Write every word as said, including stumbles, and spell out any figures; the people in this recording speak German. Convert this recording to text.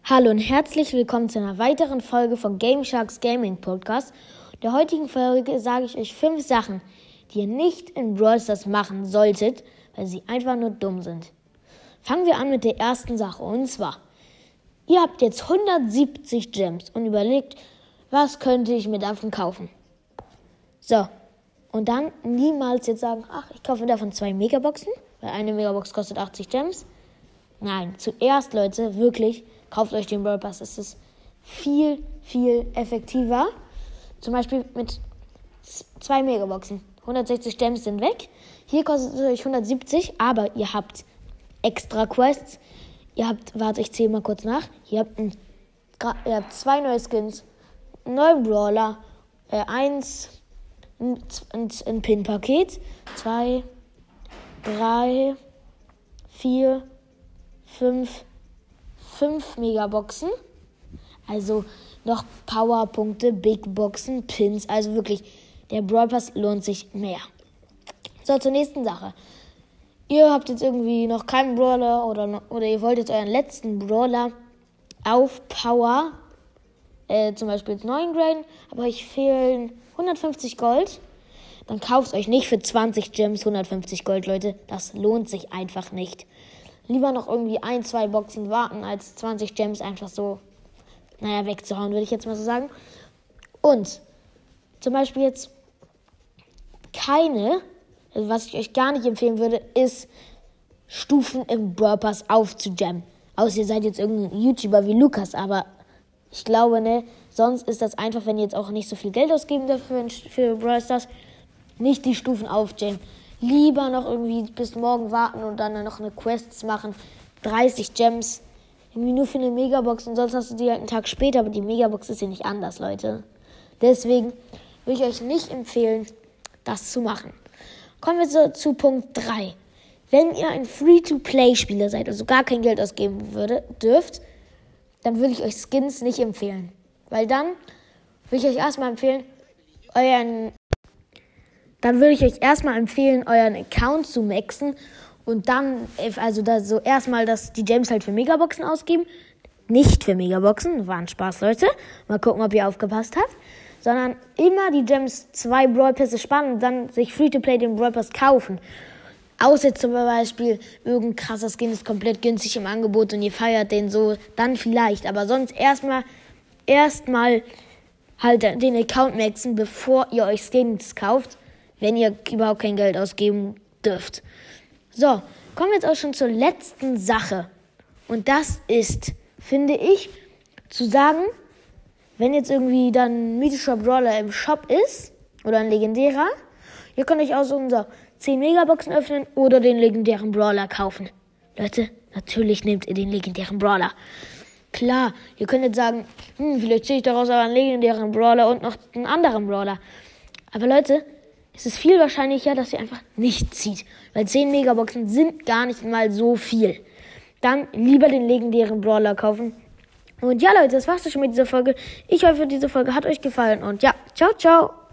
Hallo und herzlich willkommen zu einer weiteren Folge von Game Sharks Gaming Podcast. In der heutigen Folge sage ich euch fünf Sachen, die ihr nicht in Brawl Stars machen solltet, weil sie einfach nur dumm sind. Fangen wir an mit der ersten Sache und zwar, ihr habt jetzt hundertsiebzig Gems und überlegt, was könnte ich mir davon kaufen? So, und dann niemals jetzt sagen, ach, ich kaufe davon zwei Megaboxen, weil eine Megabox kostet achtzig Gems. Nein, zuerst, Leute, wirklich, kauft euch den Brawl Pass. Es ist viel, viel effektiver. Zum Beispiel mit zwei Megaboxen. hundertsechzig Gems sind weg. Hier kostet es euch hundertsiebzig, aber ihr habt extra Quests. Ihr habt, warte, ich zähle mal kurz nach. Ihr habt, ein, ihr habt zwei neue Skins, einen neuen Brawler, äh, eins, ein, ein, ein Pin-Paket, zwei, drei, vier, fünf, fünf Megaboxen, also noch Powerpunkte, Big Boxen, Pins, also wirklich, der Brawl Pass lohnt sich mehr. So, zur nächsten Sache. Ihr habt jetzt irgendwie noch keinen Brawler oder, oder ihr wollt jetzt euren letzten Brawler auf Power, äh, zum Beispiel jetzt neun graden, aber euch fehlen hundertfünfzig Gold, dann kauft euch nicht für zwanzig Gems hundertfünfzig Gold, Leute, das lohnt sich einfach nicht. Lieber noch irgendwie ein, zwei Boxen warten, als zwanzig Gems einfach so, naja, wegzuhauen, würde ich jetzt mal so sagen. Und zum Beispiel jetzt keine, also was ich euch gar nicht empfehlen würde, ist Stufen im Brawl Pass aufzujammen. Außer ihr seid jetzt irgendein YouTuber wie Lukas, aber ich glaube, ne, sonst ist das einfach, wenn ihr jetzt auch nicht so viel Geld ausgeben dürft für, für Brawl Stars, nicht die Stufen aufjammen. Lieber noch irgendwie bis morgen warten und dann noch eine Quests machen. dreißig Gems. Irgendwie nur für eine Megabox und sonst hast du die halt einen Tag später. Aber die Megabox ist ja nicht anders, Leute. Deswegen würde ich euch nicht empfehlen, das zu machen. Kommen wir zu, zu Punkt drei. Wenn ihr ein Free-to-Play-Spieler seid, also gar kein Geld ausgeben würde, dürft, dann würde ich euch Skins nicht empfehlen. Weil dann würde ich euch erstmal empfehlen, euren... Dann würde ich euch erstmal empfehlen, euren Account zu maxen und dann, also da so erstmal das, die Gems halt für Megaboxen ausgeben. Nicht für Megaboxen, war ein Spaß, Leute. Mal gucken, ob ihr aufgepasst habt. Sondern immer die Gems zwei Brawl Pässe sparen und dann sich Free-to-Play den Brawl Pass kaufen. Außer zum Beispiel, irgendein krasser Skin ist komplett günstig im Angebot und ihr feiert den so, dann vielleicht. Aber sonst erstmal, erstmal halt den Account maxen, bevor ihr euch Skins kauft. Wenn ihr überhaupt kein Geld ausgeben dürft. So, kommen wir jetzt auch schon zur letzten Sache. Und das ist, finde ich, zu sagen, wenn jetzt irgendwie dann ein mythischer Brawler im Shop ist, oder ein legendärer, ihr könnt euch aussuchen, so, zehn Megaboxen öffnen oder den legendären Brawler kaufen. Leute, natürlich nehmt ihr den legendären Brawler. Klar, ihr könnt jetzt sagen, hm, vielleicht ziehe ich daraus aber einen legendären Brawler und noch einen anderen Brawler. Aber Leute, es ist viel wahrscheinlicher, dass ihr einfach nicht zieht. Weil zehn Megaboxen sind gar nicht mal so viel. Dann lieber den legendären Brawler kaufen. Und ja, Leute, das war's schon mit dieser Folge. Ich hoffe, diese Folge hat euch gefallen. Und ja, ciao, ciao.